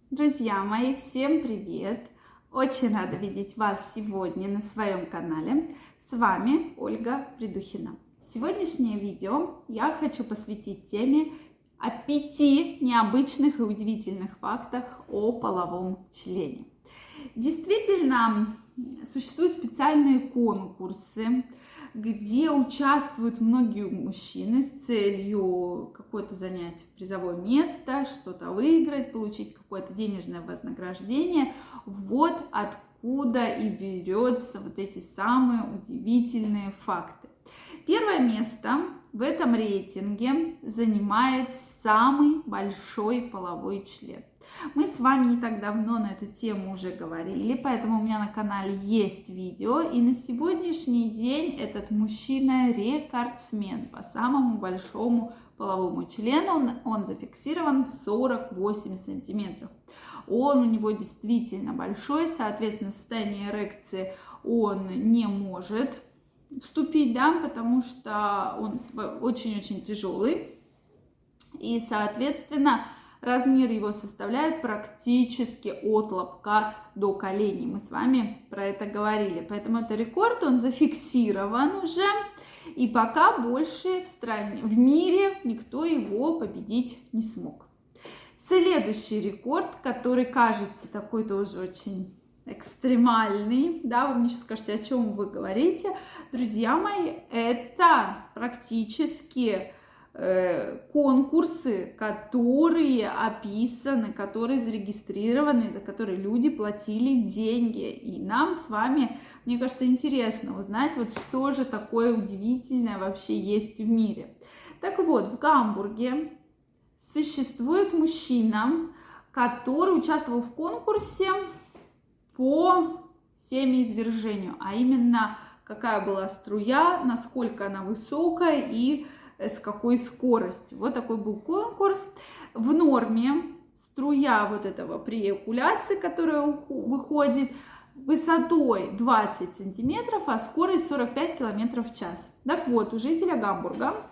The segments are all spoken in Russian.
Друзья мои, всем привет! Очень рада видеть вас сегодня на своем канале. С вами Ольга Придухина. Сегодняшнее видео я хочу посвятить теме о 5 необычных и удивительных фактах о половом члене. Действительно, существуют специальные конкурсы, где участвуют многие мужчины с целью какое-то занять призовое место, что-то выиграть, получить какое-то денежное вознаграждение. Вот откуда и берется вот эти самые удивительные факты. Первое место в этом рейтинге занимает самый большой половой член. Мы с вами не так давно на эту тему уже говорили, поэтому у меня на канале есть видео. И на сегодняшний день этот мужчина рекордсмен по самому большому половому члену. Он зафиксирован 48 сантиметров. Он у него действительно большой, соответственно, в состоянии эрекции он не может вступить, да, потому что он очень-очень тяжелый. И, соответственно, размер его составляет практически от лобка до коленей. Мы с вами про это говорили. Поэтому это рекорд, он зафиксирован уже. И пока больше в мире никто его победить не смог. Следующий рекорд, который кажется такой тоже очень экстремальный, да, вы мне сейчас скажете, о чем вы говорите. Друзья мои, это практически конкурсы, которые описаны, которые зарегистрированы, за которые люди платили деньги. И нам с вами, мне кажется, интересно узнать, вот что же такое удивительное вообще есть в мире. Так вот, в Гамбурге существует мужчина, который участвовал в конкурсе по семяизвержению, а именно какая была струя, насколько она высокая и с какой скоростью. Вот такой был конкурс. В норме струя вот этого при эякуляции, которая выходит, высотой 20 сантиметров, а скорость 45 километров в час. Так вот, у жителя Гамбурга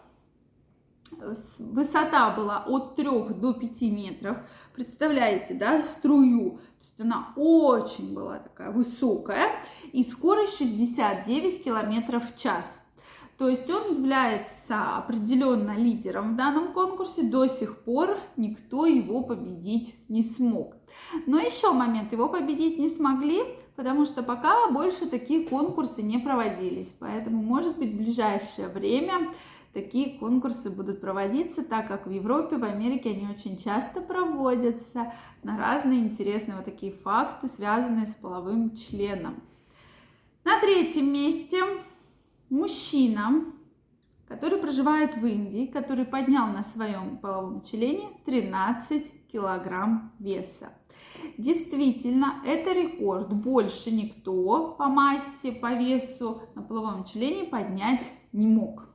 высота была от 3 до 5 метров. Представляете, да, струю? Она очень была такая высокая. И скорость 69 километров в час. То есть он является определенно лидером в данном конкурсе. До сих пор никто его победить не смог. Но еще момент, его победить не смогли, потому что пока больше такие конкурсы не проводились. Поэтому, может быть, в ближайшее время такие конкурсы будут проводиться, так как в Европе, в Америке они очень часто проводятся на разные интересные вот такие факты, связанные с половым членом. На третьем месте мужчина, который проживает в Индии, который поднял на своем половом члене 13 килограмм веса. Действительно, это рекорд. Больше никто по массе, по весу на половом члене поднять не мог.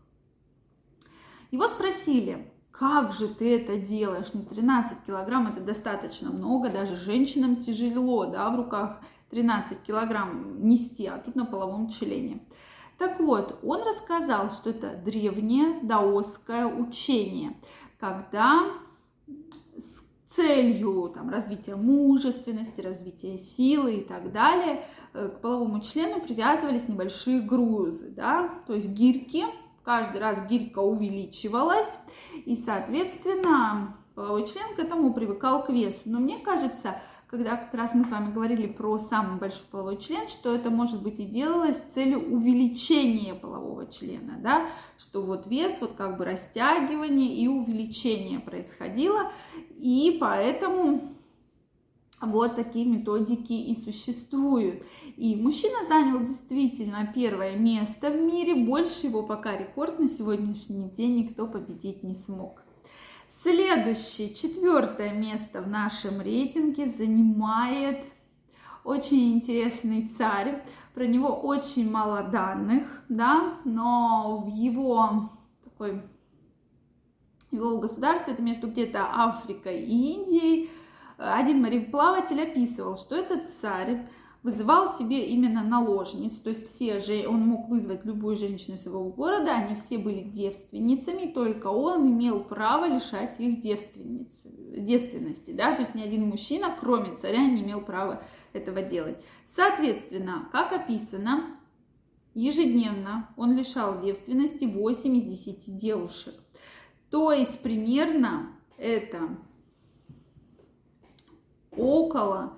Его спросили, как же ты это делаешь? 13 килограмм это достаточно много, даже женщинам тяжело, да, в руках 13 килограмм нести, а тут на половом члене. Так вот, он рассказал, что это древнее даосское учение, когда с целью развития мужественности, развития силы и так далее к половому члену привязывались небольшие грузы, да, то есть гирьки. Каждый раз гирька увеличивалась, и, соответственно, половой член к этому привыкал к весу. Но мне кажется, когда как раз мы с вами говорили про самый большой половой член, что это, может быть, и делалось с целью увеличения полового члена, да, что вот вес, вот как бы растягивание и увеличение происходило, и поэтому вот такие методики и существуют. И мужчина занял действительно первое место в мире. Больше его пока рекорд на сегодняшний день никто победить не смог. Следующее, 4 место в нашем рейтинге занимает очень интересный царь. Про него очень мало данных, да, но в его государстве, это между где-то Африкой и Индией, один мореплаватель описывал, что этот царь вызывал себе именно наложниц, то есть он мог вызвать любую женщину из своего города, они все были девственницами, только он имел право лишать их девственности, да, то есть ни один мужчина, кроме царя, не имел права этого делать. Соответственно, как описано, ежедневно он лишал девственности 8 из 10 девушек, то есть примерно это около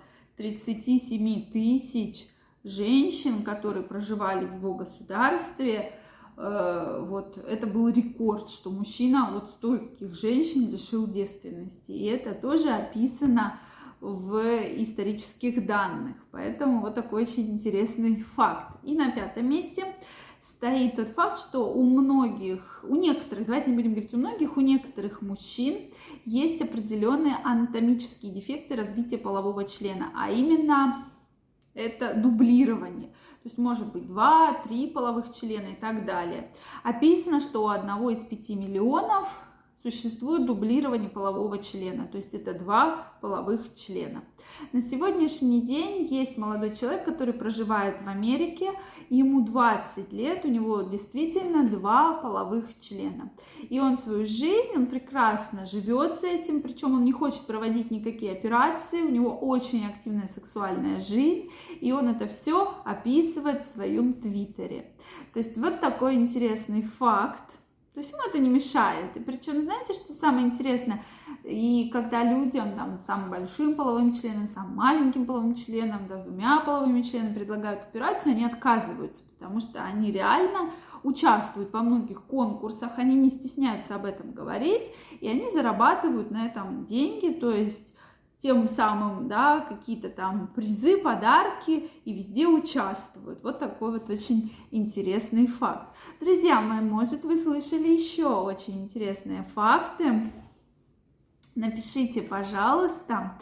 37 тысяч женщин, которые проживали в его государстве. Вот это был рекорд, что мужчина вот стольких женщин лишил девственности. И это тоже описано в исторических данных. Поэтому вот такой очень интересный факт. И на 5-м месте стоит тот факт, что у некоторых, давайте не будем говорить у многих, у некоторых мужчин есть определенные анатомические дефекты развития полового члена, а именно это дублирование. То есть может быть 2-3 половых члена и так далее. Описано, что у 1 из 5 миллионов существует дублирование полового члена, то есть это 2 половых члена. На сегодняшний день есть молодой человек, который проживает в Америке, ему 20 лет, у него действительно 2 половых члена. И он свою жизнь, он прекрасно живет с этим, причем он не хочет проводить никакие операции, у него очень активная сексуальная жизнь, и он это все описывает в своем твиттере. То есть вот такой интересный факт. То есть ему это не мешает. И причем, знаете, что самое интересное? И когда людям там, с самым большим половым членом, с самым маленьким половым членом, да, с 2 половыми членами предлагают операцию, они отказываются, потому что они реально участвуют во многих конкурсах, они не стесняются об этом говорить, и они зарабатывают на этом деньги, то есть тем самым, да, какие-то там призы, подарки, и везде участвуют. Вот такой вот очень интересный факт. Друзья мои, может, вы слышали еще очень интересные факты? Напишите, пожалуйста,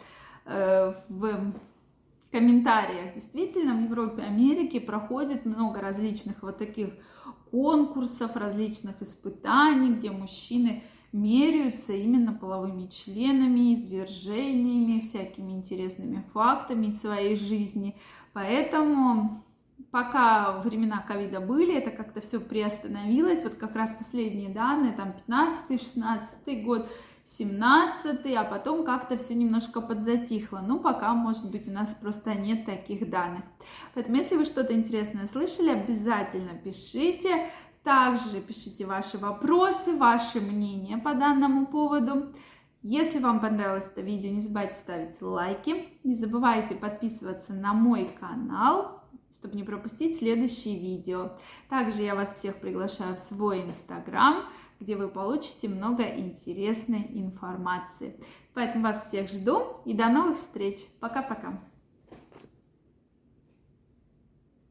в комментариях. Действительно, в Европе и Америке проходит много различных вот таких конкурсов, различных испытаний, где мужчины меряются именно половыми членами, извержениями, всякими интересными фактами из своей жизни. Поэтому пока времена ковида были, это как-то все приостановилось. Вот как раз последние данные, там 15-16 год, 17-й, а потом как-то все немножко подзатихло. Ну, пока, может быть, у нас просто нет таких данных. Поэтому, если вы что-то интересное слышали, обязательно пишите. Также пишите ваши вопросы, ваши мнения по данному поводу. Если вам понравилось это видео, не забывайте ставить лайки. Не забывайте подписываться на мой канал, чтобы не пропустить следующие видео. Также я вас всех приглашаю в свой инстаграм, где вы получите много интересной информации. Поэтому вас всех жду и до новых встреч. Пока-пока.